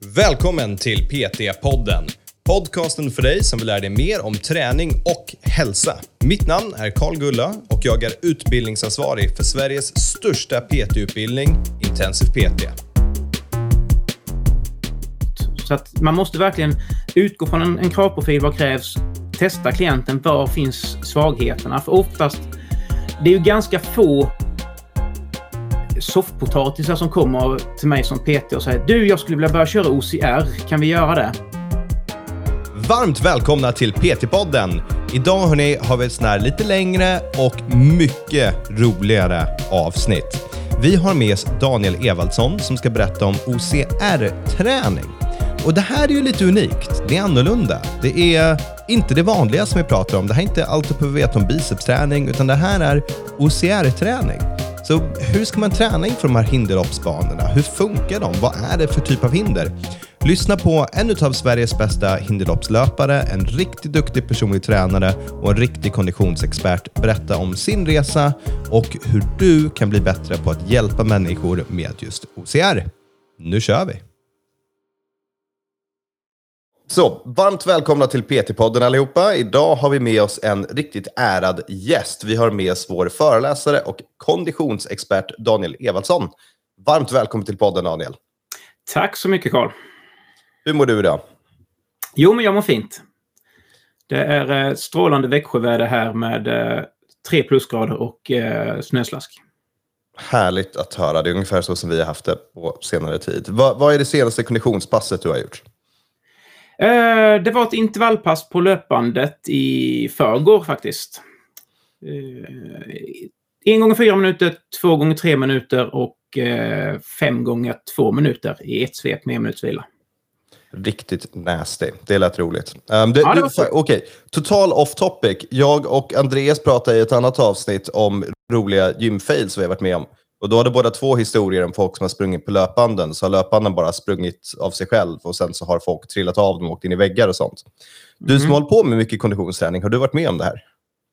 Välkommen till PT-podden. Podcasten för dig som vill lära dig mer om träning och hälsa. Mitt namn är Carl Gulla och jag är utbildningsansvarig för Sveriges största PT-utbildning, Intensiv PT. Så att man måste verkligen utgå från en kravprofil, vad krävs, testa klienten, var finns svagheterna. För oftast, det är ju ganska få soffpotatisar som kommer till mig som PT och säger du, jag skulle vilja börja köra OCR, kan vi göra det? Varmt välkomna till PT-podden. Idag hörni, har vi ett sån här lite längre och mycket roligare avsnitt. Vi har med oss Daniel Evaldsson som ska berätta om OCR-träning. Och det här är ju lite unikt, det är annorlunda. Det är inte det vanliga som vi pratar om. Det här är inte allt du behöver veta om bicepsträning, utan det här är OCR-träning. Så hur ska man träna inför de här hinderloppsbanorna? Hur funkar de? Vad är det för typ av hinder? Lyssna på en av Sveriges bästa hinderloppslöpare, en riktigt duktig personlig tränare och en riktig konditionsexpert berätta om sin resa och hur du kan bli bättre på att hjälpa människor med just OCR. Nu kör vi! Så, varmt välkomna till PT-podden allihopa. Idag har vi med oss en riktigt ärad gäst. Vi har med oss vår föreläsare och konditionsexpert Daniel Evaldsson. Varmt välkommen till podden, Daniel. Tack så mycket, Carl. Hur mår du idag? Jo, men jag mår fint. Det är strålande Växjöväder här med 3 plusgrader och snöslask. Härligt att höra. Det är ungefär så som vi har haft det på senare tid. Vad är det senaste konditionspasset du har gjort? Det var ett intervallpass på löpbandet i förrgår faktiskt. 1 gånger 4 minuter, 2 gånger 3 minuter och 5 gånger 2 minuter i ett svep med 1 minuts vila. Riktigt nasty. Det lät roligt. Okej. Total off topic. Jag och Andreas pratade i ett annat avsnitt om roliga gymfails vi har varit med om. Och då hade båda 2 historier om folk som har sprungit på löpbanden. Så har löpbanden bara sprungit av sig själv. Och sen så har folk trillat av dem och åkt in i väggar och sånt. Du som håller på med mycket konditionsträning, har du varit med om det här?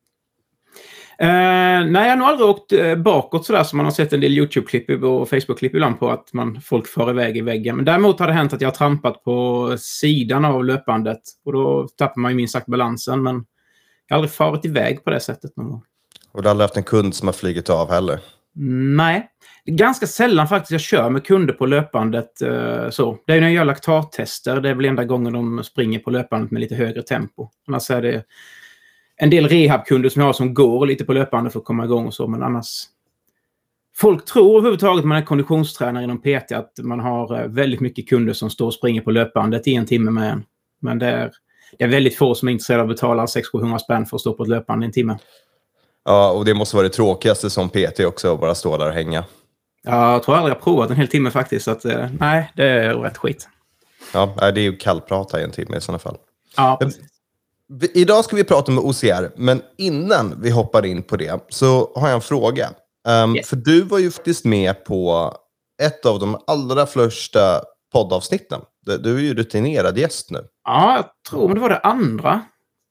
Nej, jag har nog aldrig åkt bakåt sådär som man har sett en del YouTube-klipp och Facebook-klipp ibland på att folk far iväg i väggen. Men däremot har det hänt att jag har trampat på sidan av löpbandet. Och då tappar man ju minst sagt balansen. Men jag har aldrig farit iväg på det sättet någon gång. Och du har aldrig haft en kund som har flygit av heller? Nej, det är ganska sällan faktiskt jag kör med kunder på löpbandet så. Det är när jag gör laktattester, det är väl enda gången de springer på löpbandet med lite högre tempo. Annars är det en del rehabkunder som jag har som går lite på löpbandet för att komma igång och så, men annars... Folk tror överhuvudtaget man är konditionstränare inom PT att man har väldigt mycket kunder som står och springer på löpbandet i 1 timme med en. Men det är väldigt få som är intresserade av att betala 600-700 spänn för att stå på ett löpband i 1 timme. Ja, och det måste vara det tråkigaste som PT också, att bara stå där och hänga. Ja, jag tror aldrig jag har provat en hel timme faktiskt. Så att, nej, det är rätt skit. Ja, det är ju kallprata i 1 timme i sådana fall. Ja, precis. Idag ska vi prata om OCR, men innan vi hoppar in på det så har jag en fråga. För du var ju faktiskt med på ett av de allra första poddavsnitten. Du är ju rutinerad gäst nu. Ja, jag tror det var det andra.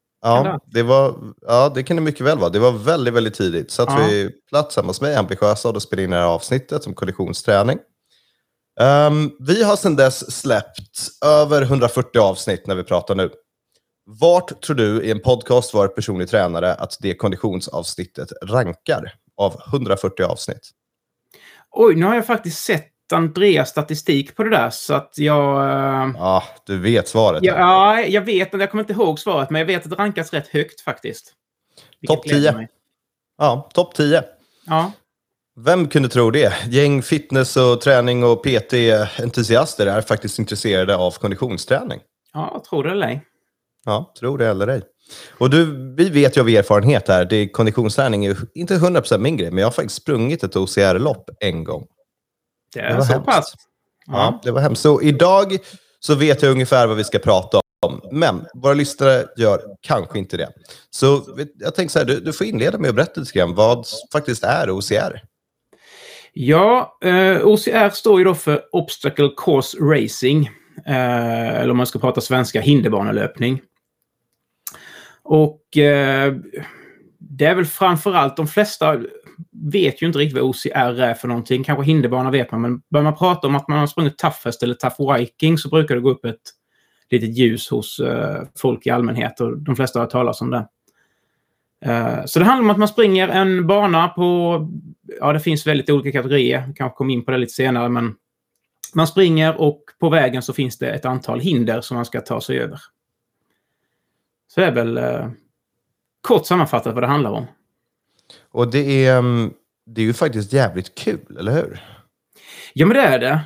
Ja, det kan det mycket väl vara. Det var väldigt, väldigt tidigt. Så att vi plats hemma hos mig, ambitiösa, och då spelade in det här avsnittet om konditionsträning. Vi har sedan dess släppt över 140 avsnitt när vi pratar nu. Vart tror du i en podcast var personlig tränare att det konditionsavsnittet rankar av 140 avsnitt? Oj, nu har jag faktiskt sett Andreas statistik på det där så att jag... Ja, du vet svaret. Ja, jag vet, men jag kommer inte ihåg svaret, men jag vet att det rankas rätt högt faktiskt. Topp 10. Ja, topp 10. Ja. Vem kunde tro det? Gäng fitness och träning och PT-entusiaster är faktiskt intresserade av konditionsträning. Ja, tror det eller ej. Ja, tror det eller ej. Och vi vet ju av erfarenhet här, konditionsträning är ju inte 100% min grej, men jag har faktiskt sprungit ett OCR-lopp en gång. Det var så hemskt. Pass. Ja, det var hemskt. Så idag så vet jag ungefär vad vi ska prata om. Men våra lyssnare gör kanske inte det. Så jag tänker så här, du får inleda med att berätta lite grann vad faktiskt är OCR. Ja, OCR står ju då för Obstacle Course Racing. Eller om man ska prata svenska, hinderbanelöpning. Och Det är väl framförallt, de flesta vet ju inte riktigt vad OCR är för någonting. Kanske hinderbana vet man, men börjar man prata om att man har sprungit Toughest eller Tough Viking så brukar det gå upp ett litet ljus hos folk i allmänhet, och de flesta har talat om det. Så det handlar om att man springer en bana på, det finns väldigt olika kategorier, vi kanske kommer in på det lite senare, men man springer och på vägen så finns det ett antal hinder som man ska ta sig över. Så det är väl kort sammanfattat vad det handlar om. Och det är ju faktiskt jävligt kul, eller hur? Ja, men det är det.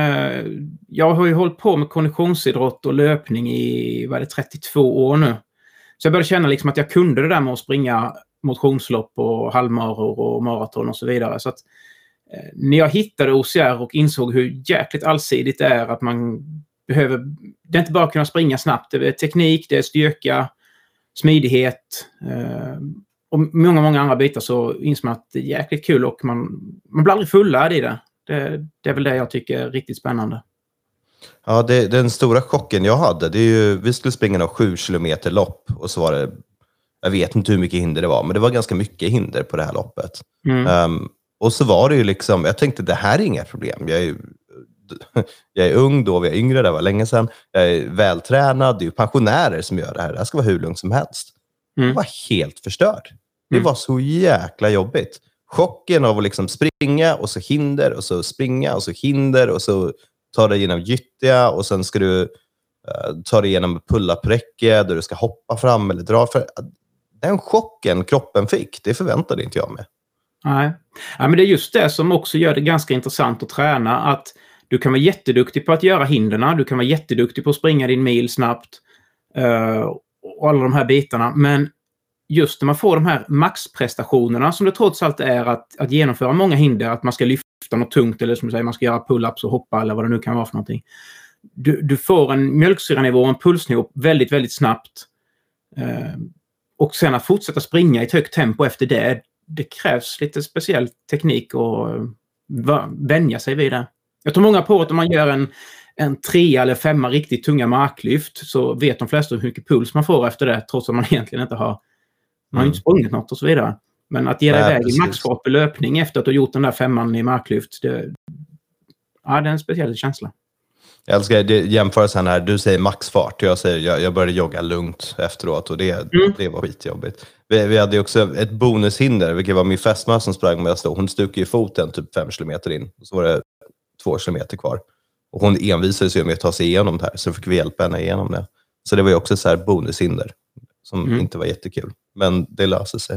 Jag har ju hållit på med konditionsidrott och löpning i 32 år nu. Så jag började känna liksom att jag kunde det där med att springa motionslopp och halvmaror och maraton och så vidare. Så att när jag hittade OCR och insåg hur jäkligt allsidigt det är, att man behöver, det är inte bara kunna springa snabbt, det är teknik, det är styrka, smidighet och många andra bitar, så inser man att det är jäkligt kul och man blir aldrig fullärd i det. Det är väl det jag tycker är riktigt spännande. Ja, den stora chocken jag hade, det är ju, vi skulle springa någon 7 kilometer lopp och så var det, jag vet inte hur mycket hinder det var, men det var ganska mycket hinder på det här loppet. Och så var det ju liksom, jag tänkte det här är inga problem. Jag är ung då, vi är yngre, det var länge sedan. Jag är vältränad, det är ju pensionärer som gör det här. Det här ska vara hur lugnt som helst. Det var helt förstörd. Det var så jäkla jobbigt. Chocken av att liksom springa och så hinder och så springa och så hinder och så ta dig genom gyttja och sen ska du ta dig igenom pull-up-räcke där du ska hoppa fram eller dra. För den chocken kroppen fick, det förväntade inte jag mig. Nej, men det är just det som också gör det ganska intressant att träna, att du kan vara jätteduktig på att göra hinderna, du kan vara jätteduktig på att springa din mil snabbt och alla de här bitarna, men just när man får de här maxprestationerna som det trots allt är att genomföra många hinder, att man ska lyfta något tungt eller som du säger, man ska göra pull-ups och hoppa eller vad det nu kan vara för någonting. Du får en mjölksyranivå, en pulsnivå väldigt, väldigt snabbt. Och sen att fortsätta springa i ett högt tempo efter det krävs lite speciell teknik och vänja sig vid det. Jag tror många på att om man gör en 3 eller 5 riktigt tunga marklyft så vet de flesta hur mycket puls man får efter det, trots att man egentligen inte har inte sprungit något och så vidare. Men att ge dig iväg i maxfart i löpning efter att du har gjort den där 5:an i marklyft, det är en speciell känsla. Jag älskar jämförelsen här. Du säger maxfart. Jag säger jag började jogga lugnt efteråt och det var skitjobbigt. Vi hade också ett bonushinder, vilket var min fästmö som sprang med. Hon stukade i foten typ 5 kilometer in. Och så var det 2 kilometer kvar. Och hon envisade sig med att ta sig igenom det här. Så fick vi hjälpa henne igenom det. Så det var ju också så här bonushinder som inte var jättekul. Men det löser sig.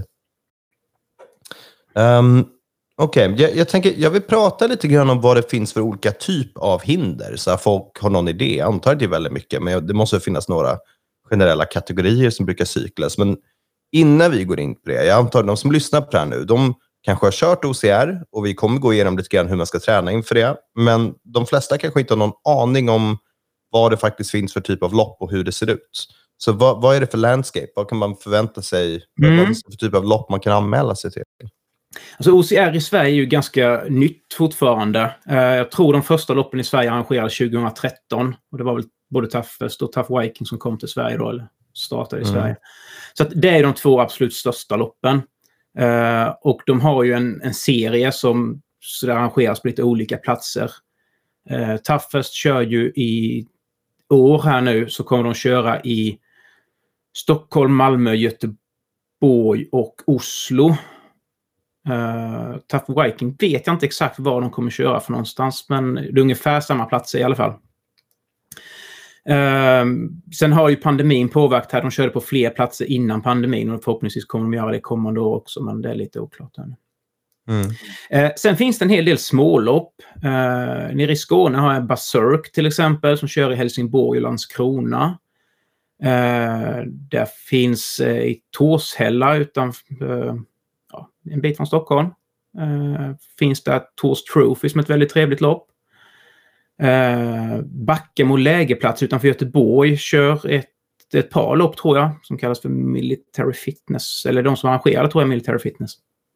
Okej, jag tänker, jag vill prata lite grann om vad det finns för olika typ av hinder. Så att folk har någon idé. Jag antar att det är väldigt mycket, men det måste finnas några generella kategorier som brukar cyklas. Men innan vi går in på det, jag antar att de som lyssnar på det här nu, de kanske har kört OCR och vi kommer gå igenom lite grann hur man ska träna inför det. Men de flesta kanske inte har någon aning om vad det faktiskt finns för typ av lopp och hur det ser ut. Så vad är det för landscape? Vad kan man förvänta sig? Vad är det för typ av lopp man kan anmäla sig till? Alltså OCR i Sverige är ju ganska nytt fortfarande. Jag tror de första loppen i Sverige arrangerades 2013. Och det var väl både Toughest och Tough Viking som kom till Sverige då, eller startade i Sverige. Så att det är de 2 absolut största loppen. Och de har ju en serie som så arrangeras på lite olika platser. Toughest kör ju i år här nu, så kommer de köra i Stockholm, Malmö, Göteborg och Oslo. Tough Viking vet jag inte exakt vad de kommer köra för någonstans, men det är ungefär samma platser i alla fall. Sen har ju pandemin påverkat här. De körde på fler platser innan pandemin och förhoppningsvis kommer de göra det kommande år också, men det är lite oklart ännu. Sen finns det en hel del smålopp. Nere i Skåne har jag Berserk till exempel som kör i Helsingborg och Landskrona. Där finns i Torshälla utanför en bit från Stockholm. Finns där Tors Trophy som ett väldigt trevligt lopp. Backemo lägeplats utanför Göteborg kör ett par lopp tror jag som kallas för Military Fitness, eller de som arrangerar tror jag Military Fitness.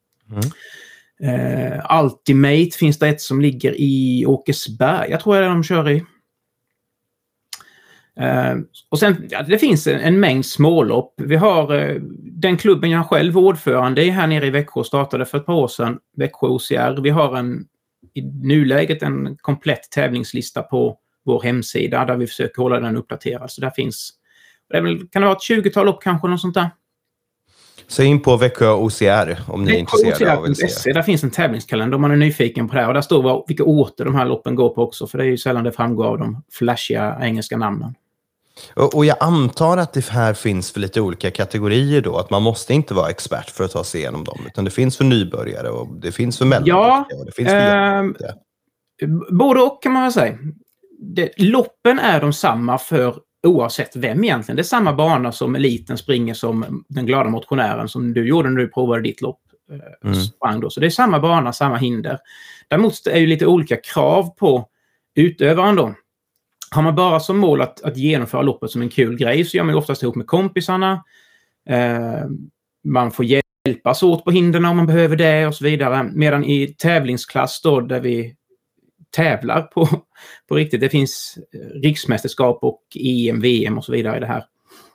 Ultimate finns det ett som ligger i Åkersberg, jag tror jag de kör i. Och sen, det finns en mängd smålopp. Vi har den klubben jag själv är ordförande i här nere i Växjö, startade för ett par år sedan, Växjö OCR. Vi har i nuläget en komplett tävlingslista på vår hemsida där vi försöker hålla den uppdaterad. Så där finns, kan det vara ett 20-tal lopp kanske, något sånt där. Så in på Växjö OCR om ni är intresserade av att se. Där finns en tävlingskalender om man är nyfiken på det här. Och där står vilka orter de här loppen går på också. För det är ju sällan det framgår av de flashiga engelska namnen. Och jag antar att det här finns för lite olika kategorier då. Att man måste inte vara expert för att ta sig igenom dem. Utan det finns för nybörjare och det finns för mellanduktiga. Och det finns för både och kan man väl säga. Loppen är de samma för oavsett vem egentligen. Det är samma bana som eliten springer som den glada motionären som du gjorde när du provade ditt lopp. Sprang då. Så det är samma bana, samma hinder. Däremot är det ju lite olika krav på utövaren då. Har man bara som mål att genomföra loppet som en kul grej så gör man oftast ihop med kompisarna. Man får hjälpas åt på hinderna om man behöver det och så vidare. Medan i tävlingsklass då där vi tävlar på riktigt. Det finns riksmästerskap och EM, VM och så vidare i det här.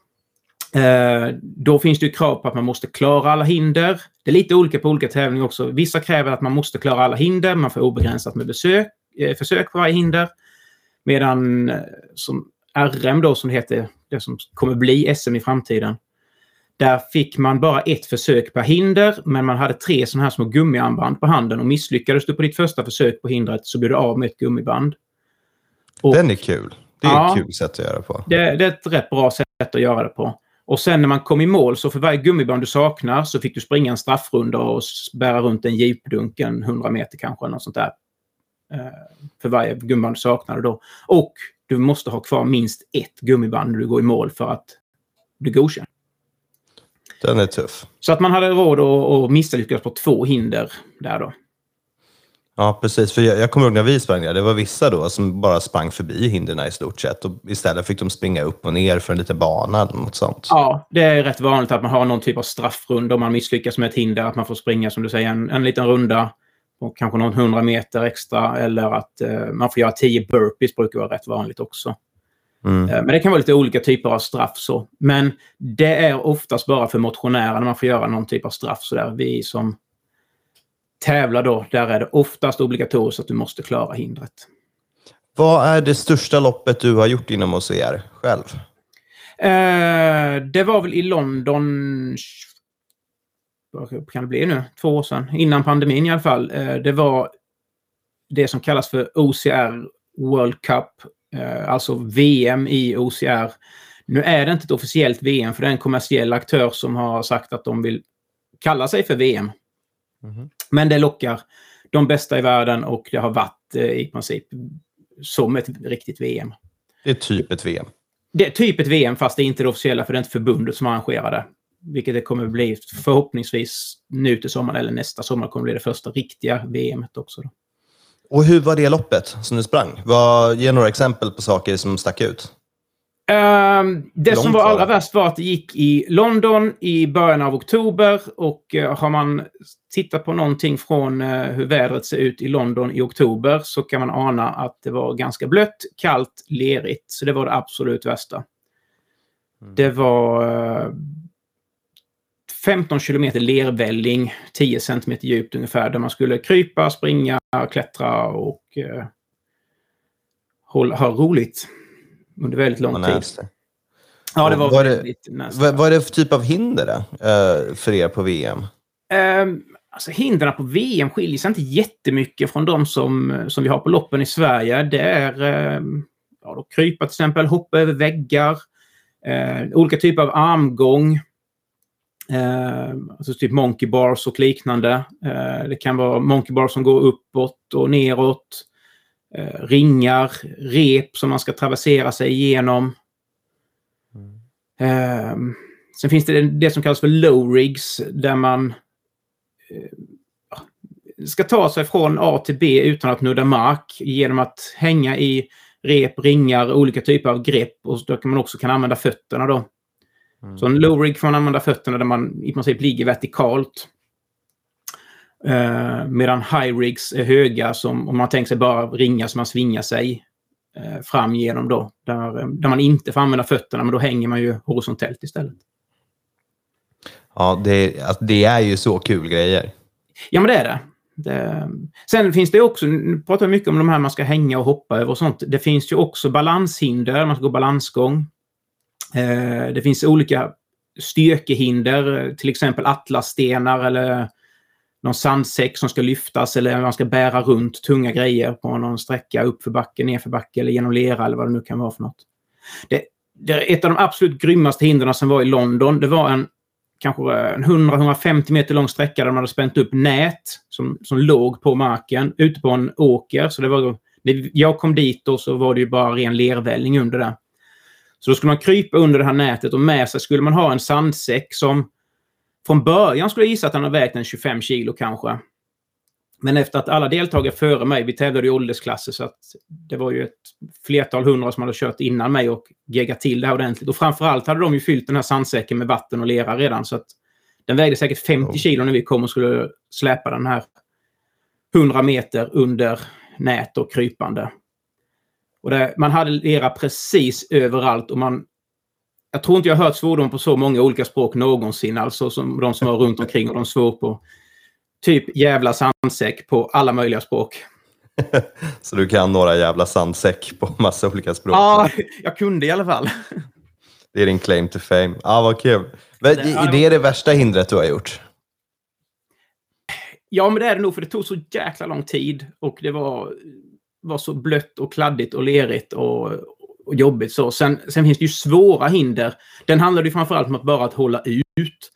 Då finns det ju krav på att man måste klara alla hinder. Det är lite olika på olika tävlingar också. Vissa kräver att man måste klara alla hinder. Man får obegränsat med försök på varje hinder. Medan som RM då som det heter, det som kommer bli SM i framtiden. Där fick man bara ett försök per hinder, men man hade 3 sådana här små gummiarmband på handen och misslyckades du på ditt första försök på hindret så blir du av med ett gummiband. Och, den är kul. Det är ett kul sätt att göra på. Det är ett rätt bra sätt att göra det på. Och sen när man kom i mål så för varje gummiband du saknar så fick du springa en straffrunda och bära runt en jeepdunk 100 meter kanske eller något sånt där. För varje gummiband du saknade då. Och du måste ha kvar minst ett gummiband när du går i mål för att bli godkänd. Den är tuff. Så att man hade råd att misslyckas på 2 hinder där då. Ja, precis. För jag kommer ihåg när vi sprang där. Det var vissa då som bara sprang förbi hinderna i stort sett. Och istället fick de springa upp och ner för en liten bana eller något sånt. Ja, det är rätt vanligt att man har någon typ av straffrunda om man misslyckas med ett hinder. Att man får springa, som du säger, en liten runda. Och kanske någon 100 meter extra. Eller att man får göra 10 burpees brukar vara rätt vanligt också. Men det kan vara lite olika typer av straff så. Men det är oftast bara för motionärer när man får göra någon typ av straff så där. Vi som tävlar då, där är det oftast obligatoriskt att du måste klara hindret. Vad är det största loppet du har gjort inom OCR själv? Det var väl i London, vad kan det bli nu? 2 år sedan, innan pandemin i alla fall. Det var det som kallas för OCR World Cup. Alltså VM i OCR. Nu är det inte ett officiellt VM för det är en kommersiell aktör som har sagt att de vill kalla sig för VM. Men det lockar de bästa i världen och det har varit i princip som ett riktigt VM. Det är typ ett VM. Det är typ ett VM fast det är inte det officiella för det är inte förbundet som arrangerar det. Vilket det kommer bli förhoppningsvis nu till sommaren eller nästa sommar kommer bli det första riktiga VMet också då. Och hur var det loppet som du sprang? Ge några exempel på saker som stack ut. Det som var allra värst var att det gick i London i början av oktober och har man tittat på någonting från hur vädret ser ut i London i oktober så kan man ana att det var ganska blött, kallt, lerigt. Så det var det absolut värsta. Det var 15 kilometer lervälling, 10 centimeter djupt ungefär, där man skulle krypa, springa, klättra och ha roligt under väldigt lång tid. Ja, det var väldigt nästan. Vad är det för typ av hinder för er på VM? Alltså hindren på VM skiljer sig inte jättemycket från de som vi har på loppen i Sverige. Det är då krypa till exempel, hoppa över väggar, olika typer av armgång. Alltså typ monkey bars och liknande. Det kan vara monkey bars som går uppåt och neråt. Ringar, rep som man ska traversera sig igenom. Sen finns det som kallas för low rigs där man ska ta sig från A till B utan att nudda mark genom att hänga i rep, ringar, olika typer av grepp och då kan man också använda fötterna då. Så en low rig får man använda fötterna där man i princip ligger vertikalt. Medan high rigs är höga som om man tänker sig bara ringar som man svingar sig fram genom då. Där man inte får använda fötterna, men då hänger man ju horisontellt istället. Ja, det är ju så kul grejer. Ja, men det är det. Sen finns det också, nu pratar vi mycket om de här man ska hänga och hoppa över och sånt. Det finns ju också balanshinder, man ska gå balansgång. Det finns olika styrkehinder, till exempel atlasstenar eller någon sandsäck som ska lyftas, eller man ska bära runt tunga grejer på någon sträcka upp för backe, ner för backe eller genom lera eller vad det nu kan vara för något. Det är ett av de absolut grymmaste hindren som var i London. Det var kanske 100-150 meter lång sträcka där man hade spänt upp nät som låg på marken ute på en åker. Så när jag kom dit och så var det ju bara ren lervälling under det. Så då skulle man krypa under det här nätet och med sig skulle man ha en sandsäck som från början skulle jag gissa att den har vägt en 25 kilo kanske. Men efter att alla deltagare före mig, vi tävlade i åldersklasser så att det var ju ett flertal hundra som hade kört innan mig och geggat till det här ordentligt. Och framförallt hade de ju fyllt den här sandsäcken med vatten och lera redan så att den vägde säkert 50 kilo när vi kom och skulle släpa den här 100 meter under nät och krypande. Och man hade lera precis överallt och jag tror inte jag har hört svordom på så många olika språk någonsin, alltså som de som var runt omkring och de svor på typ jävla sandsäck på alla möjliga språk. Så du kan några jävla sandsäck på massa olika språk? Ja, jag kunde i alla fall. Det är din claim to fame. Ja, vad kul. Är det värsta hindret du har gjort? Ja, men det är det nog, för det tog så jäkla lång tid och det var så blött och kladdigt och lerigt och jobbigt. Så. Sen finns det ju svåra hinder. Den handlar ju framförallt om att hålla ut.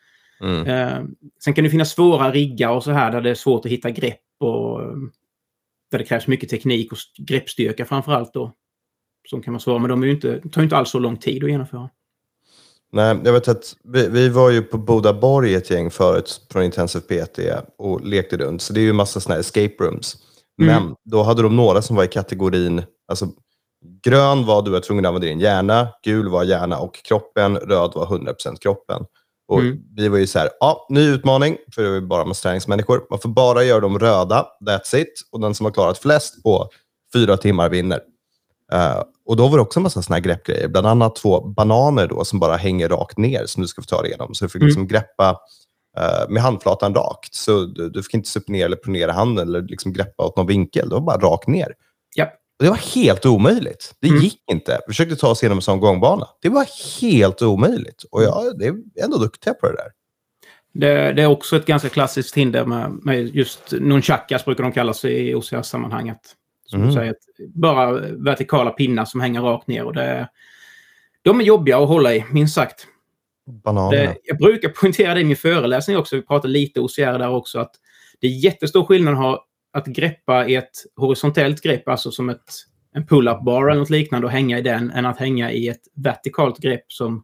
Sen kan det finnas svåra riggar och så här där det är svårt att hitta grepp och där det krävs mycket teknik och greppstyrka framförallt då. Som kan vara svåra, men de tar ju inte alls så lång tid att genomföra. Nej, jag vet att vi var ju på Bodaborg ett gäng förut från Intensive PT och lekte runt. Så det är ju en massa såna här escape rooms. Men då hade de några som var i kategorin, alltså grön var du var tvungen att använda din hjärna, gul var hjärna och kroppen, röd var 100% kroppen. Och vi var ju så här, ny utmaning, för det var ju bara med träningsmänniskor. Man får bara göra de röda, that's it. Och den som har klarat flest på 4 timmar vinner. Och då var det också en massa såna här greppgrejer. Bland annat 2 bananer då som bara hänger rakt ner som du ska få ta dig igenom. Så du fick liksom greppa med handflatan rakt. Så du fick inte upp ner eller pronera handen eller liksom greppa åt någon vinkel. Det var bara rakt ner. Yep. Och det var helt omöjligt. Det gick inte. Vi försökte ta oss igenom en sån gångbana. Det var helt omöjligt. Och det är ändå duktig på det där. Det är också ett ganska klassiskt hinder med just nunchakas brukar de kallas i OCR-sammanhanget. Som du säger, bara vertikala pinnar som hänger rakt ner. Och de är jobbiga att hålla i, minst sagt. Jag brukar poängtera det i min föreläsning också. Vi pratar lite OCR där också. Att det är jättestor skillnad att greppa i ett horisontellt grepp, alltså som en pull-up bar eller något liknande och hänga i den, än att hänga i ett vertikalt grepp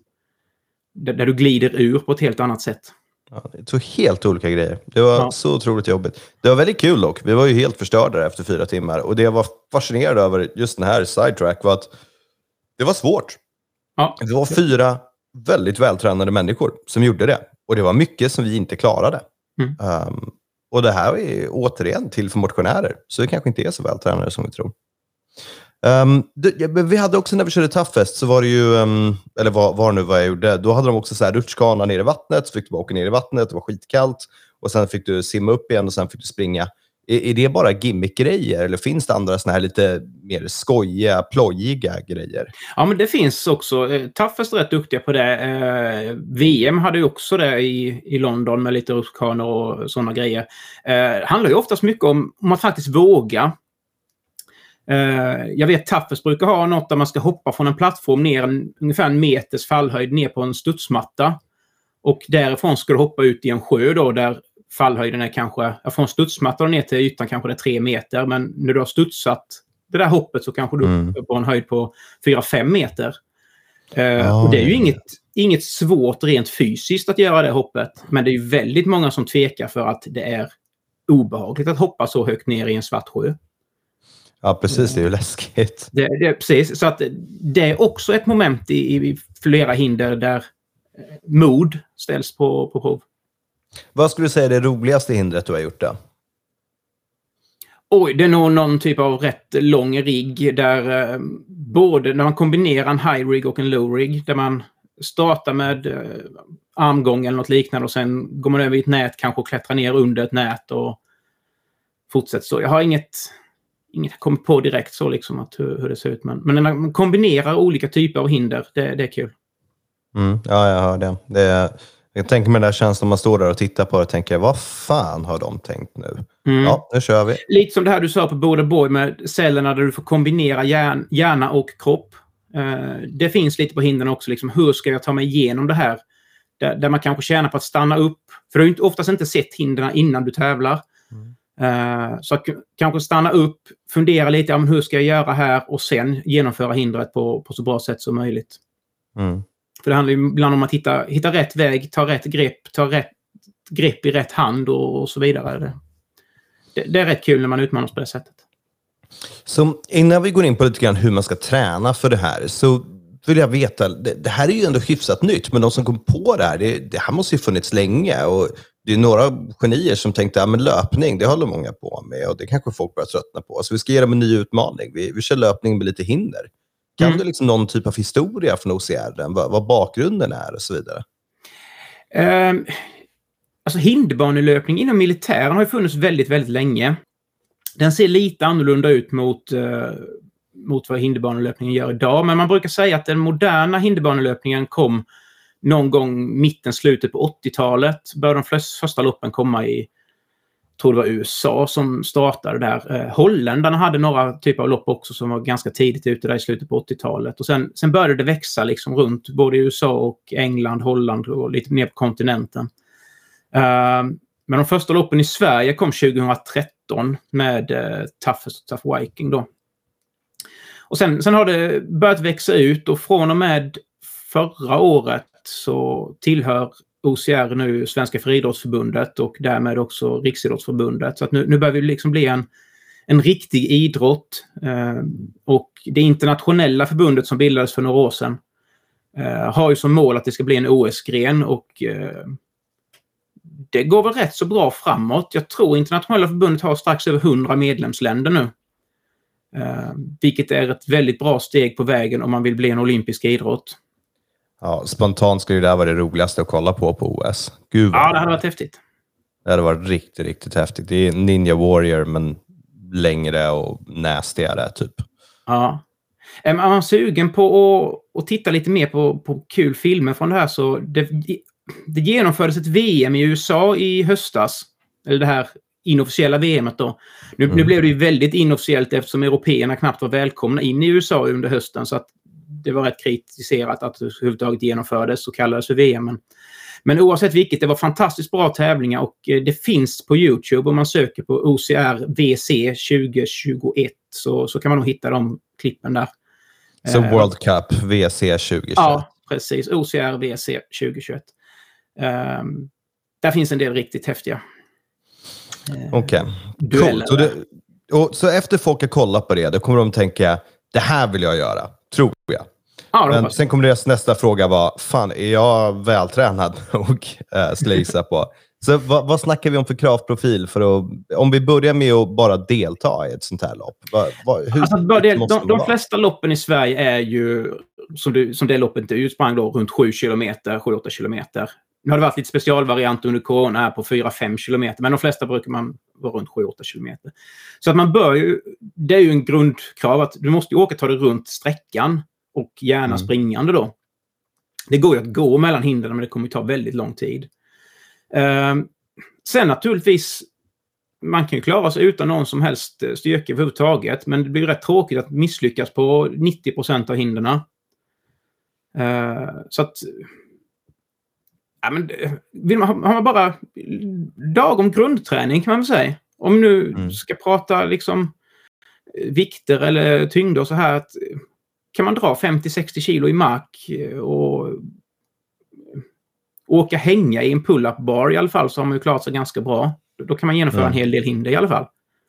där du glider ur på ett helt annat sätt. Ja, det är 2 helt olika grejer. Det var så otroligt jobbigt. Det var väldigt kul dock. Vi var ju helt förstörda efter 4 timmar. Och det jag var fascinerad över just den här sidetrack var att det var svårt. Ja. Det var 4 väldigt vältränade människor som gjorde det. Och det var mycket som vi inte klarade. Och det här är återigen till för motionärer. Så det kanske inte är så vältränade som vi tror. Vi hade också när vi körde Toughest så var det ju, eller vad jag gjorde, då hade de också så här rutschkana ner i vattnet, så fick du bara åka ner i vattnet, det var skitkallt och sen fick du simma upp igen och sen fick du springa. Är det bara gimmick-grejer eller finns det andra såna här lite mer skojiga, plojiga grejer? Ja, men det finns också. Toughest är rätt duktiga på det. VM hade ju också det i London med lite rutschkanor och sådana grejer. Det handlar ju oftast mycket om att faktiskt våga. Jag vet Toughest brukar ha något där man ska hoppa från en plattform ner ungefär 1 meters fallhöjd ner på en studsmatta. Och därifrån ska du hoppa ut i en sjö då där fallhöjden är kanske, från studsmattan ner till ytan kanske det är 3 meter. Men när du har studsat det där hoppet så kanske du är på en höjd på 4-5 meter. Och det är ju inget svårt rent fysiskt att göra det hoppet. Men det är ju väldigt många som tvekar för att det är obehagligt att hoppa så högt ner i en svart sjö. Ja, precis. Det är ju läskigt. Precis. Så att det är också ett moment i flera hinder där mod ställs på prov. Vad skulle du säga är det roligaste hindret du har gjort då? Det är nog någon typ av rätt lång rigg där både när man kombinerar en high rig och en low rig, där man startar med armgång eller något liknande och sen går man över i ett nät kanske och klättrar ner under ett nät och fortsätter så. Jag har inget kommit på direkt så liksom att hur det ser ut, men när man kombinerar olika typer av hinder, det är kul. Ja, jag hör det. Jag tänker mig den där känslan man står där och tittar på och tänker, vad fan har de tänkt nu? Ja, nu kör vi. Lite som det här du sa på Border Boy med cellerna där du får kombinera hjärna och kropp. Det finns lite på hindren också. Liksom, hur ska jag ta mig igenom det här? Där man kanske tjänar på att stanna upp. För du har ju oftast inte sett hindren innan du tävlar. Så att kanske stanna upp, fundera lite om hur ska jag göra här och sen genomföra hindret på så bra sätt som möjligt. För det handlar ju ibland om att hitta rätt väg, ta rätt grepp i rätt hand och så vidare. Det är rätt kul när man utmanas på det sättet. Så innan vi går in på lite grann hur man ska träna för det här, så vill jag veta, det här är ju ändå hyfsat nytt, men de som kom på det här, det här måste ju funnits länge, och det är några genier som tänkte, men löpning, det håller många på med och det kanske folk börjar tröttna på. Så vi ska ge dem en ny utmaning. Vi kör löpning med lite hinder. Kan du liksom någon typ av historia från OCR, vad bakgrunden är och så vidare? Alltså hinderbanelöpning inom militären har ju funnits väldigt, väldigt länge. Den ser lite annorlunda ut mot vad hinderbanelöpningen gör idag. Men man brukar säga att den moderna hinderbanelöpningen kom någon gång slutet på 80-talet. Började de första loppen komma i, tror det var USA som startade där. Holländarna hade några typer av lopp också som var ganska tidigt ute där i slutet på 80-talet. Och sen började det växa liksom runt både USA och England, Holland och lite ner på kontinenten. Men de första loppen i Sverige kom 2013 med Tough Viking då. Och sen har det börjat växa ut, och från och med förra året så tillhör OCR nu Svenska Friidrottsförbundet och därmed också Riksidrottsförbundet. Så att nu börjar vi liksom bli en riktig idrott. Och det internationella förbundet som bildades för några år sedan har ju som mål att det ska bli en OS-gren, och det går väl rätt så bra framåt. Jag tror internationella förbundet har strax över 100 medlemsländer nu. Vilket är ett väldigt bra steg på vägen om man vill bli en olympisk idrott. Ja, spontant skulle det där vara det roligaste att kolla på OS. Gud, ja, det hade varit häftigt. Det hade varit riktigt, riktigt häftigt. Det är Ninja Warrior, men längre och nästigare typ. Ja. Är man sugen på att titta lite mer på kul filmer från det här, så det genomfördes ett VM i USA i höstas. Eller det här inofficiella VMet då. Nu blev det ju väldigt inofficiellt eftersom européerna knappt var välkomna in i USA under hösten, så att det var rätt kritiserat att det överhuvudtaget genomfördes och kallades för VM. Men oavsett vilket, det var fantastiskt bra tävlingar, och det finns på YouTube om man söker på OCR VC 2021 så kan man nog hitta de klippen där. Så World Cup VC 2021. Ja, precis. OCR VC 2021. Där finns en del riktigt häftiga. Okej. Coolt. Så efter folk har kollat på det, då kommer de tänka, det här vill jag göra, tror jag. Ja, men sen kommer deras nästa fråga vara, fan, är jag vältränad och slisa på? Så vad snackar vi om för kravprofil om vi börjar med att bara delta i ett sånt här lopp? De flesta loppen i Sverige är ju, som det loppet du sprang då, runt 7-8 kilometer. Nu har det varit lite specialvariant under corona här på 4-5 kilometer, men de flesta brukar man vara runt 7-8 kilometer. Så att man bör ju, det är ju en grundkrav att du måste ju ta dig runt sträckan och gärna springande då. Det går ju att gå mellan hindren, men det kommer ju ta väldigt lång tid. Sen naturligtvis, man kan ju klara sig utan någon som helst styrka överhuvudtaget, men det blir rätt tråkigt att misslyckas på 90% av hindren. Så att ja, men har man bara dag om grundträning, kan man väl säga. Om nu ska prata liksom vikter eller tyngder och så här, att kan man dra 50-60 kilo i mark och åka hänga i en pull-up bar i alla fall, så har man ju klarat sig ganska bra. Då kan man genomföra en hel del hinder i alla fall.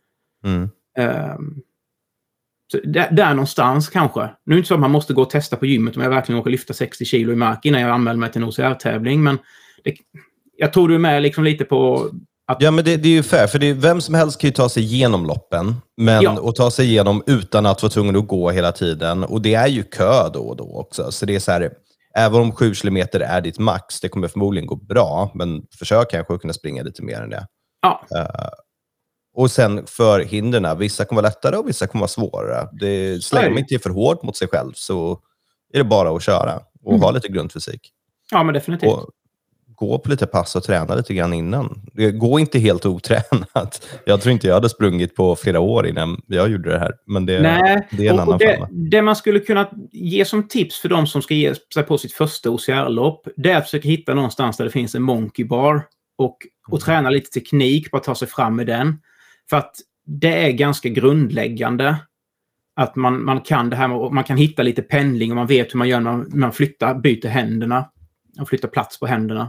Så där någonstans kanske. Nu är det inte så att man måste gå och testa på gymmet om jag verkligen åker lyfta 60 kilo i mark innan jag anmäler mig till en OCR-tävling, men jag tror du är med liksom lite på Ja, men det är ju fair, för vem som helst kan ju ta sig igenom loppen, men att ta sig igenom utan att vara tvungen att gå hela tiden. Och det är ju kö då och då också. Så det är så här, även om 7 kilometer är ditt max, det kommer förmodligen gå bra, men försök kanske att kunna springa lite mer än det. Ja. Och sen för hindren, vissa kommer vara lättare och vissa kommer vara svårare. Slänger man inte för hårt mot sig själv så är det bara att köra och ha lite grundfysik. Ja, men definitivt. Och gå på lite pass och träna lite grann innan. Gå inte helt otränat. Jag tror inte jag hade sprungit på flera år innan jag gjorde det här. Men det är en annan femma. Det man skulle kunna ge som tips för de som ska ge sig på sitt första OCR-lopp, det är att försöka hitta någonstans där det finns en monkey bar och träna lite teknik på att ta sig fram med den. För att det är ganska grundläggande att man kan det här med, man kan hitta lite pendling och man vet hur man gör när man byter händerna och flyttar plats på händerna.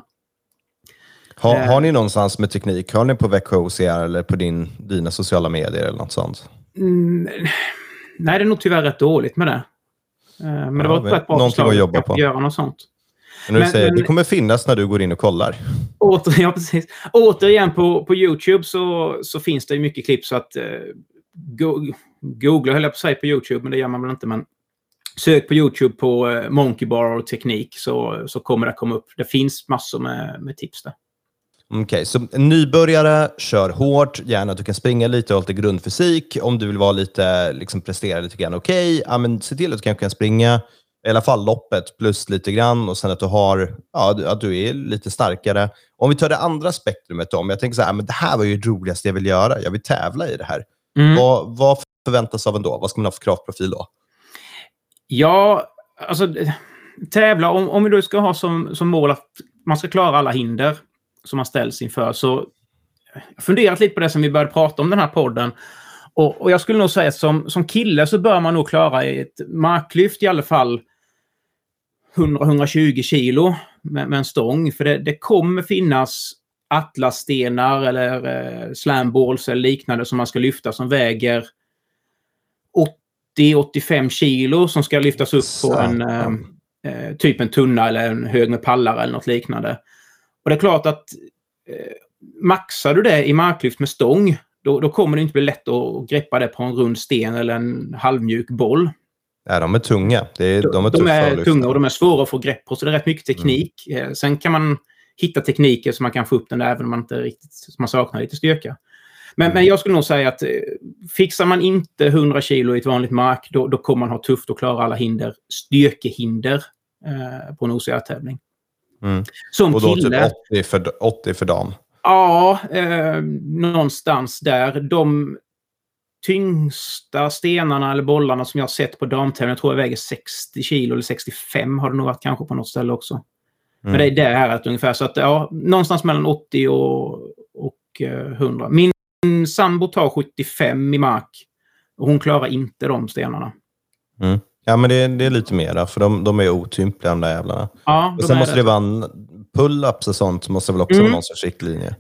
Har ni någonstans med teknik? Har ni på Växjö OCR eller på dina sociala medier eller något sånt? Nej, det är nog tyvärr rätt dåligt med det. Men det var ett rätt bra förslag att jobba på. Göra något sånt. Det kommer finnas när du går in och kollar. Återigen på YouTube så finns det ju mycket klipp så att googla höll jag på att säga på YouTube, men det gör man väl inte. Men sök på YouTube på monkey bar och teknik så kommer det komma upp. Det finns massor med tips där. Okej, så nybörjare, kör hårt. Gärna att du kan springa lite och ha lite grundfysik. Om du vill vara lite, prestera lite grann men se till att du kanske kan springa i alla fall loppet plus lite grann och sen att du att du är lite starkare. Om vi tar det andra spektrumet om, jag tänker så här, men det här var ju det roligaste jag vill göra. Jag vill tävla i det här. Vad förväntas av en då? Vad ska man ha för kravprofil då? Ja, alltså tävla, om vi då ska ha som mål att man ska klara alla hinder som man ställs inför, så jag funderat lite på det som vi började prata om den här podden. Och jag skulle nog säga att som kille så bör man nog klara ett marklyft i alla fall 100-120 kilo med en stång. För det kommer finnas atlasstenar eller slamballs eller liknande som man ska lyfta som väger 80-85 kilo som ska lyftas upp på typ en tunna eller en hög med pallar eller något liknande. Och det är klart att maxar du det i marklyft med stång, då kommer det inte bli lätt att greppa det på en rund sten eller en halvmjuk boll. Ja, de är tunga. De är tunga och de är svåra att få grepp på, så det är rätt mycket teknik. Sen kan man hitta tekniker så man kan få upp den där även om man inte riktigt, man saknar lite styrka. Men jag skulle nog säga att fixar man inte 100 kilo i ett vanligt mark, då kommer man ha tufft att klara alla hinder, styrkehinder på en OCR-tävling. Som och då kille, typ 80 för dam? Ja, någonstans där. De tyngsta stenarna eller bollarna som jag har sett på damtävling, jag tror jag väger 60 kilo eller 65 har det nog varit kanske på något ställe också. Men det är där ungefär. Så att någonstans mellan 80 och 100. Min sambo tar 75 i mark och hon klarar inte de stenarna. Ja, men det är lite mer för de är otympliga de där jävlarna. Ja, och sen måste det vara en pull-ups och sånt, måste väl också vara någon sorts riktlinje.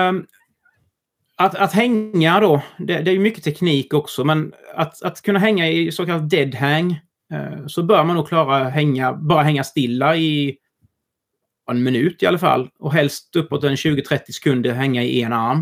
Att hänga då, det är ju mycket teknik också, men att kunna hänga i så kallat dead hang, så bör man nog klara bara hänga stilla i en minut i alla fall, och helst uppåt en 20-30 sekunder hänga i en arm.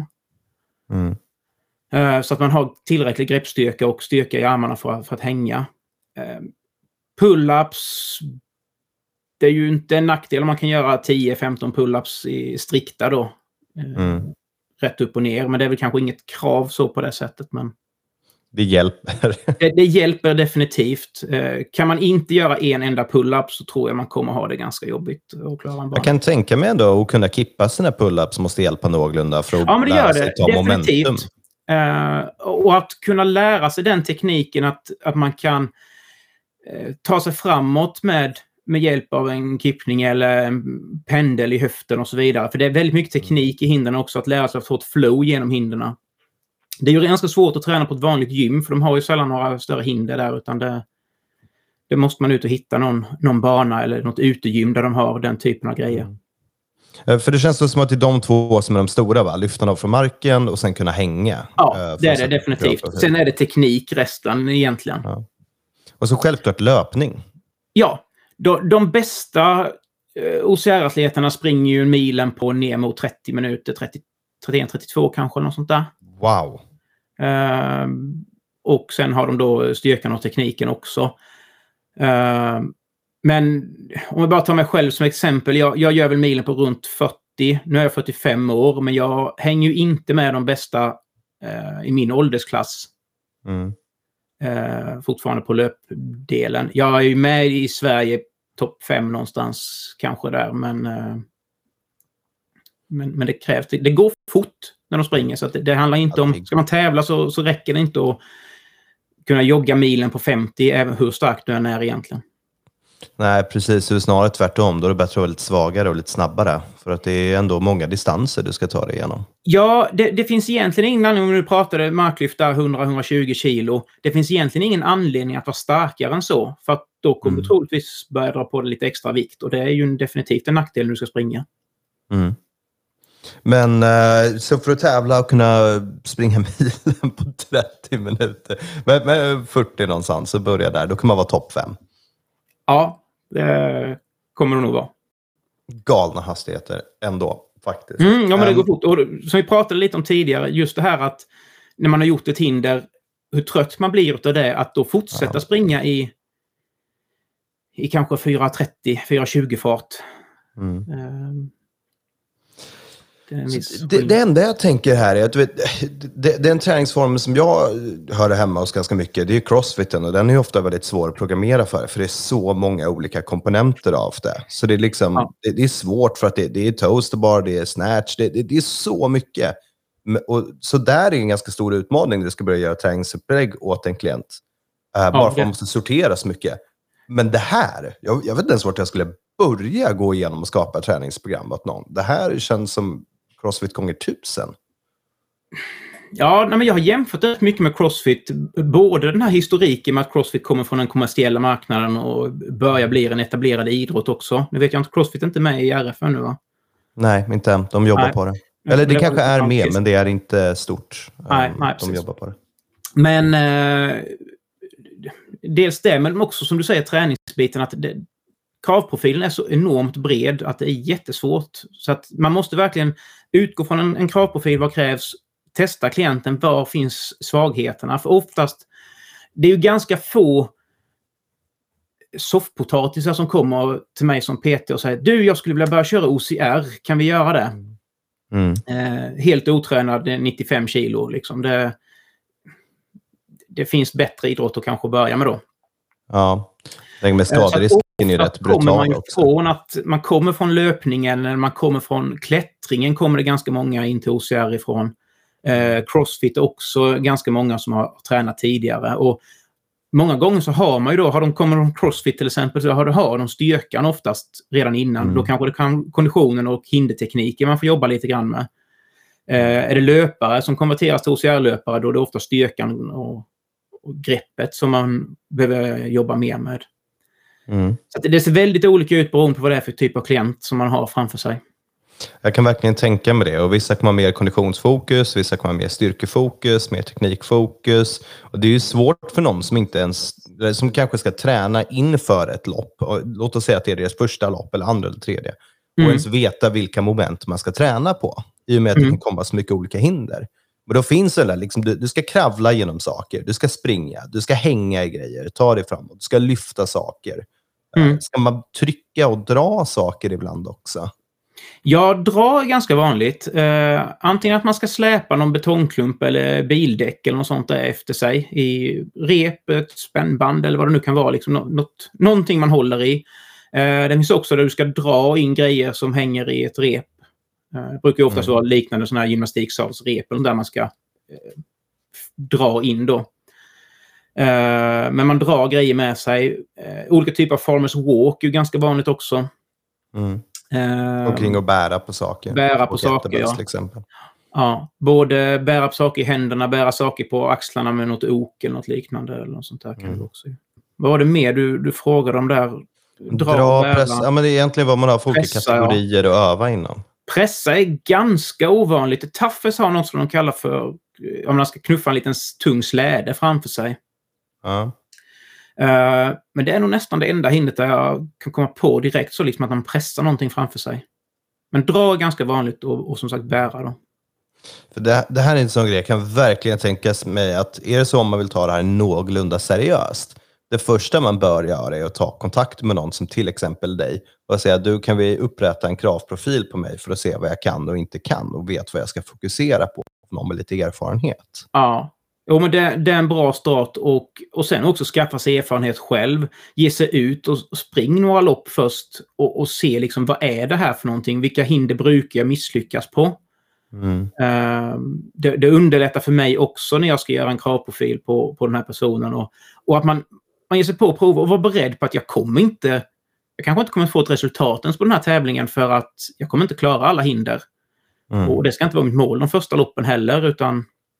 Så att man har tillräcklig greppstyrka och styrka i armarna för att hänga. Pull-ups, det är ju inte en nackdel om man kan göra 10-15 pull-ups i strikta då. Rätt upp och ner, men det är väl kanske inget krav så på det sättet, men det hjälper. det hjälper definitivt. Kan man inte göra en enda pull-up så tror jag man kommer ha det ganska jobbigt att klara en bana. Jag kan tänka mig ändå att kunna kippa sina pull-ups måste hjälpa någorlunda för att lära sig ta definitivt. Momentum. Och att kunna lära sig den tekniken att man kan ta sig framåt med hjälp av en kippning eller en pendel i höften och så vidare. För det är väldigt mycket teknik i hindren också, att lära sig att få ett flow genom hindren. Det är ju ganska svårt att träna på ett vanligt gym, för de har ju sällan några större hinder där, utan det måste man ut och hitta någon bana eller något utegym där de har den typen av grejer. För det känns som att det är de två som är de stora, va? Lyfta dem från marken och sen kunna hänga. Ja, det är det definitivt. Sen är det teknik resten egentligen. Ja. Och så självklart löpning. Ja, de bästa OCR-atleterna springer ju milen på ner mot 30 minuter, 31-32 kanske, eller något sånt där. Wow. Och sen har de då styrkan och tekniken också. Men om jag bara tar mig själv som exempel. Jag gör väl milen på runt 40. Nu är jag 45 år, men jag hänger ju inte med de bästa i min åldersklass. Fortfarande på löpdelen. Jag är ju med i Sverige topp 5 någonstans kanske där, men det krävs. Det går fort när de springer, så att det handlar inte om, ska man tävla så räcker det inte att kunna jogga milen på 50, även hur starkt du än är egentligen. Nej, precis. Det är snarare tvärtom. Då är det bättre att vara lite svagare och lite snabbare. För att det är ändå många distanser du ska ta dig igenom. Ja, det finns egentligen ingen anledning, om du pratade marklyft där 100-120 kilo. Det finns egentligen ingen anledning att vara starkare än så. För att då kommer du troligtvis börja dra på dig lite extra vikt. Och det är ju definitivt en nackdel när du ska springa. Men så för att tävla och kunna springa milen på 30 minuter. Med 40 någonstans så börjar där. Då kan man vara topp 5. Ja, det kommer det nog vara. Galna hastigheter ändå, faktiskt. Ja, men det går fort. Och som vi pratade lite om tidigare, just det här att när man har gjort ett hinder, hur trött man blir av det, att då fortsätta springa i kanske 4.30-4.20 fart. Det enda jag tänker här är att det är en träningsform som jag hör hemma hos ganska mycket. Det är crossfiten, och den är ju ofta väldigt svår att programmera för det är så många olika komponenter av det. Så det är liksom det är svårt för att det är toasterbar, det är snatch, det är så mycket. Och så där är en ganska stor utmaning när du ska börja göra träningsupplägg åt en klient. Bara för att man måste sortera så mycket. Men det här, jag vet inte ens vart jag skulle börja gå igenom och skapa träningsprogram åt någon. Det här känns som CrossFit gånger 1000. Ja, men jag har jämfört rätt mycket med CrossFit. Både den här historiken med att CrossFit kommer från den kommersiella marknaden och börjar bli en etablerad idrott också. Nu vet jag inte, CrossFit är inte med i RF nu, va? Nej, inte än. De jobbar på det. Eller det kanske är med, men det är inte stort. Nej, de jobbar på det. Men dels det, men också som du säger, träningsbiten, att kravprofilen är så enormt bred att det är jättesvårt. Så att man måste verkligen utgå från en kravprofil. Vad krävs? Testa klienten. Var finns svagheterna? För oftast, det är ju ganska få soffpotatisar som kommer till mig som PT och säger: du, jag skulle vilja börja köra OCR. Kan vi göra det? Helt otränad 95 kilo. Liksom. Det finns bättre idrott att kanske börja med då. Ja, med skaderisken är ju rätt brutal också. Från att man kommer från löpningen eller man kommer från klättringen, kommer det ganska många in till OCR ifrån. Crossfit är också ganska många som har tränat tidigare. Och många gånger så har man ju då, har de kommit från CrossFit till exempel, så har de styrkan oftast redan innan. Då kanske det kan konditionen och hindertekniken man får jobba lite grann med. Är det löpare som konverteras till OCR-löpare, då är det ofta styrkan och greppet som man behöver jobba mer med. Så att det ser väldigt olika ut beroende på vad det är för typ av klient som man har framför sig. Jag kan verkligen tänka mig det. Och vissa kommer ha mer konditionsfokus, vissa kommer ha mer styrkefokus, mer teknikfokus. Och det är ju svårt för någon som inte ens, som kanske ska träna inför ett lopp. Och låt oss säga att det är deras första lopp eller andra eller tredje. Och ens veta vilka moment man ska träna på. I och med att det kan komma så mycket olika hinder. Men då finns det där, liksom, du ska kravla genom saker, du ska springa, du ska hänga i grejer, ta dig framåt, du ska lyfta saker. Ska man trycka och dra saker ibland också? Ja, dra är ganska vanligt. Antingen att man ska släpa någon betongklump eller bildäck eller något sånt där efter sig i rep, ett spännband eller vad det nu kan vara. Liksom någonting man håller i. Det finns också där du ska dra in grejer som hänger i ett rep. Det brukar ju oftast vara liknande sådana här gymnastiksalsrep där man ska dra in då. Men man drar grejer med sig. Olika typer av farmers walk är ju ganska vanligt också. Omkring och bära på saker. Bära på saker, ja. Till exempel. Ja, både bära på saker i händerna, bära saker på axlarna med något ok eller något liknande. Eller något sånt där kan det också. Vad var det mer du frågade om där? Pressa. Ja, men det är egentligen vad man har för olika kategorier att öva inom. Pressa är ganska ovanligt. Toughest har något som de kallar för, om man ska knuffa en liten tung släde framför sig. Ja. Men det är nog nästan det enda hindret där jag kan komma på direkt, så liksom att man pressar någonting framför sig. Men dra är ganska vanligt och som sagt bära då. För det här är en sån grej, jag kan verkligen tänka mig att är det så om man vill ta det här någorlunda seriöst, det första man bör göra är att ta kontakt med någon som till exempel dig och säga, du, kan vi upprätta en kravprofil på mig för att se vad jag kan och inte kan och vet vad jag ska fokusera på, någon med lite erfarenhet. Ja. Jo, men det är en bra start och sen också skaffa sig erfarenhet själv. Ge sig ut och spring några lopp först och se liksom, vad är det här för någonting? Vilka hinder brukar jag misslyckas på? Det underlättar för mig också när jag ska göra en kravprofil på den här personen och att man ger sig på att prova och vara beredd på att jag kanske inte kommer få ett resultat ens på den här tävlingen för att jag kommer inte klara alla hinder. Och det ska inte vara mitt mål de första loppen heller, utan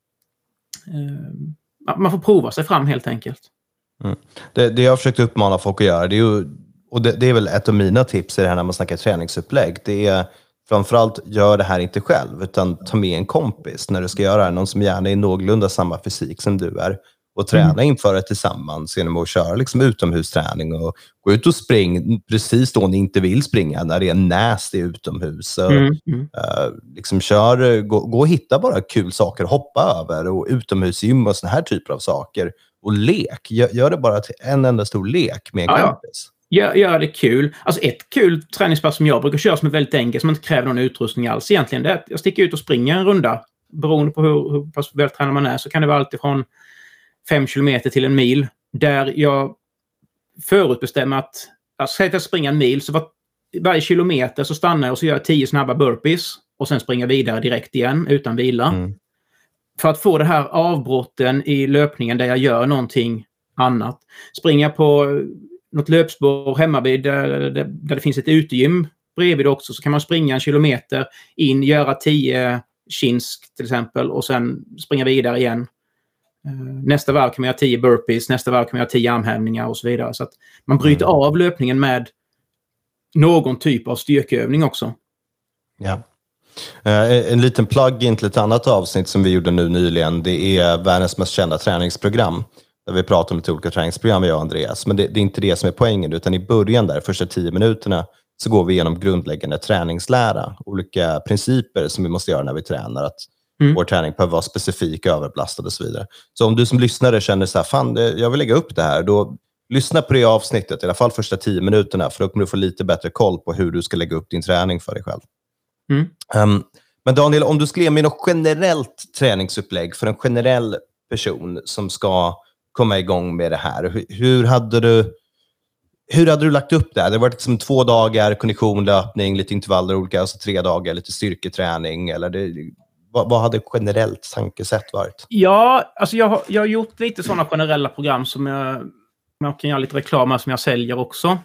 man får prova sig fram helt enkelt. Det jag har försökt uppmana folk att göra, det är ju, och det är väl ett av mina tips i det här när man snackar träningsupplägg, det är framförallt, gör det här inte själv, utan ta med en kompis när du ska göra det. Någon som gärna är någorlunda samma fysik som du är. Och träna inför det tillsammans genom att köra liksom utomhusträning och gå ut och spring precis då ni inte vill springa, när det är nasty utomhus. Liksom gå och hitta bara kul saker att hoppa över och utomhusgym och såna här typer av saker. Och lek, gör det bara till en enda stor lek med en kompis. Gör det kul. Alltså ett kul träningspass som jag brukar köra som är väldigt enkelt, som inte kräver någon utrustning alls egentligen, det är att jag sticker ut och springer en runda. Beroende på hur pass vältränad man är så kan det vara allt ifrån 5 kilometer till 1 mil. Där jag förutbestämmer att säg att jag springer 1 mil, så varje kilometer så stannar jag och så gör jag 10 snabba burpees och sen springer vidare direkt igen utan vila. För att få det här avbrotten i löpningen där jag gör någonting annat. Springer jag på något löpspår hemma vid där det finns ett utegym bredvid också, så kan man springa 1 kilometer in, göra 10 kinsk till exempel och sen springa vidare igen. Nästa varv kan man göra 10 burpees, nästa varv kan man göra 10 armhävningar och så vidare. Så att man bryter av löpningen med någon typ av styrkeövning också. Ja. En liten plug-in till ett annat avsnitt som vi gjorde nu nyligen, det är världens mest kända träningsprogram. Där vi pratar om lite olika träningsprogram, jag och Andreas. Men det är inte det som är poängen, utan i början där, första 10 minuterna, så går vi igenom grundläggande träningslära. Olika principer som vi måste göra när vi tränar. Att vår träning behöver vara specifik, överbelastad och så vidare. Så om du som lyssnare känner så här, fan, jag vill lägga upp det här, då lyssna på det avsnittet, i alla fall första 10 minuterna, för då kommer du få lite bättre koll på hur du ska lägga upp din träning för dig själv. Men Daniel, om du skulle ge mig något generellt träningsupplägg för en generell person som ska komma igång med det här, hur hade du lagt upp det? Det var liksom 2 dagar kondition, löpning, lite intervaller olika, alltså 3 dagar lite styrketräning, eller vad hade generellt tankesätt varit? Ja, alltså jag har gjort lite sådana generella program som jag kan göra lite reklam med, som jag säljer också.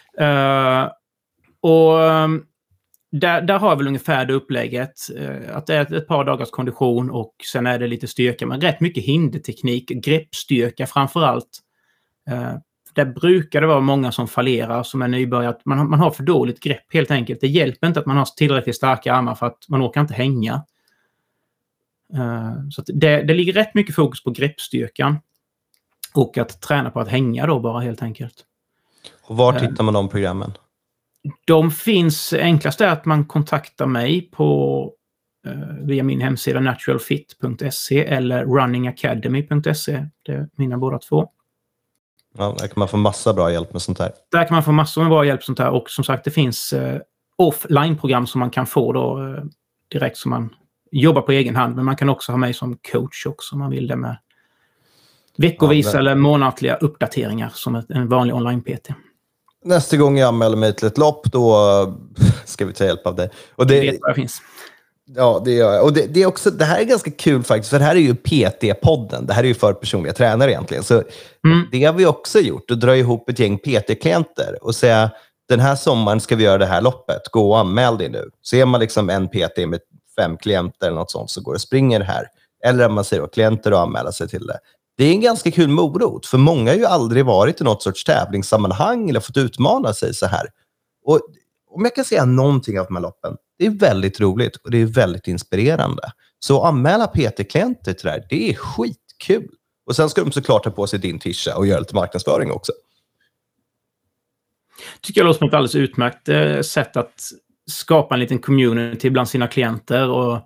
Där har jag väl ungefär det upplägget. Att det är ett par dagars kondition och sen är det lite styrka. Men rätt mycket hinderteknik, greppstyrka framförallt. Där brukar det vara många som fallerar, som är nybörjare. Man har för dåligt grepp helt enkelt. Det hjälper inte att man har tillräckligt starka armar för att man orkar inte hänga. Så att det ligger rätt mycket fokus på greppstyrkan. Och att träna på att hänga då bara helt enkelt. Och var tittar man de programmen? De finns, enklast är att man kontaktar mig via min hemsida naturalfit.se eller runningacademy.se. Det är mina båda två. Ja, där kan man få massa bra hjälp med sånt här. Där kan man få massor med bra hjälp med sånt här. Och som sagt, det finns offline-program som man kan få då direkt som man jobbar på egen hand. Men man kan också ha mig som coach också om man vill det, med veckovisa eller månatliga uppdateringar som en vanlig online-PT. Nästa gång jag anmäler mig till ett lopp, då ska vi ta hjälp av dig. Och det vet vad det finns. Ja, det gör jag. Och det är också, det här är ganska kul faktiskt, för det här är ju PT-podden. Det här är ju för personliga tränare egentligen. Så det har vi också gjort, att dra ihop ett gäng PT-klienter och säga, den här sommaren ska vi göra det här loppet. Gå och anmäl dig nu. Så är man liksom en PT med 5 klienter eller något sånt, så går och springer här. Eller om man säger att klienter och anmäla sig till det. Det är en ganska kul morot, för många har ju aldrig varit i något sorts tävlingssammanhang eller fått utmana sig så här. Och om jag kan säga någonting av de här loppen, det är väldigt roligt och det är väldigt inspirerande. Så anmäla PT-klienter till det här, det är skitkul. Och sen ska de såklart ta på sig din tisha och göra lite marknadsföring också. Tycker jag låter som ett alldeles utmärkt sätt att skapa en liten community bland sina klienter och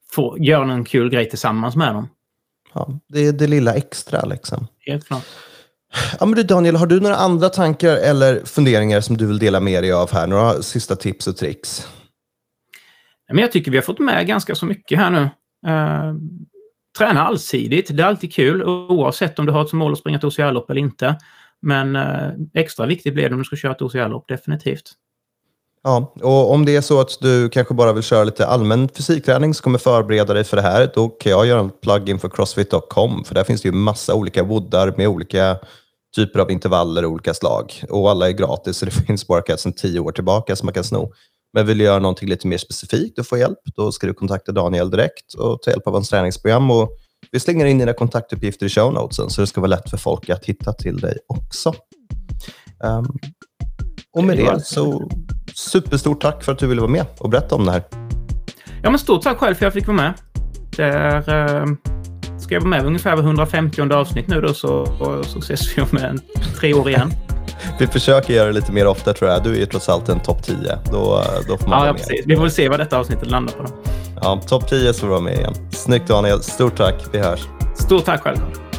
göra någon kul grej tillsammans med dem. Ja, det är det lilla extra liksom. Helt klart. Ja, men du Daniel, har du några andra tankar eller funderingar som du vill dela med dig av här? Några sista tips och tricks? Men jag tycker vi har fått med ganska så mycket här nu. Träna allsidigt, det är alltid kul oavsett om du har ett mål att springa ett OCR-lopp eller inte. Men extra viktigt blir det om du ska köra ett OCR-lopp, definitivt. Ja, och om det är så att du kanske bara vill köra lite allmän fysikträning så kommer förbereda dig för det här, då kan jag göra en plugin för crossfit.com, för där finns det ju massa olika woodar med olika typer av intervaller och olika slag. Och alla är gratis, så det finns bara sedan 10 år tillbaka som man kan sno. Men vill du göra någonting lite mer specifikt och få hjälp, då ska du kontakta Daniel direkt och ta hjälp av hans träningsprogram. Och vi slänger in dina kontaktuppgifter i show notesen, så det ska vara lätt för folk att hitta till dig också. Och med det så superstort tack för att du ville vara med och berätta om det här. Ja, men stort tack själv för att jag fick vara med. Ska jag vara med ungefär 150 avsnitt nu då, så ses vi om 3 år igen. Vi försöker göra det lite mer ofta, tror jag. Du är ju trots allt en topp 10. Då får man vara med. Precis. Vi får se vad detta avsnittet landar på då. Ja, topp 10 så får du vara med igen. Snyggt Daniel, stort tack. Vi hörs. Stort tack själv.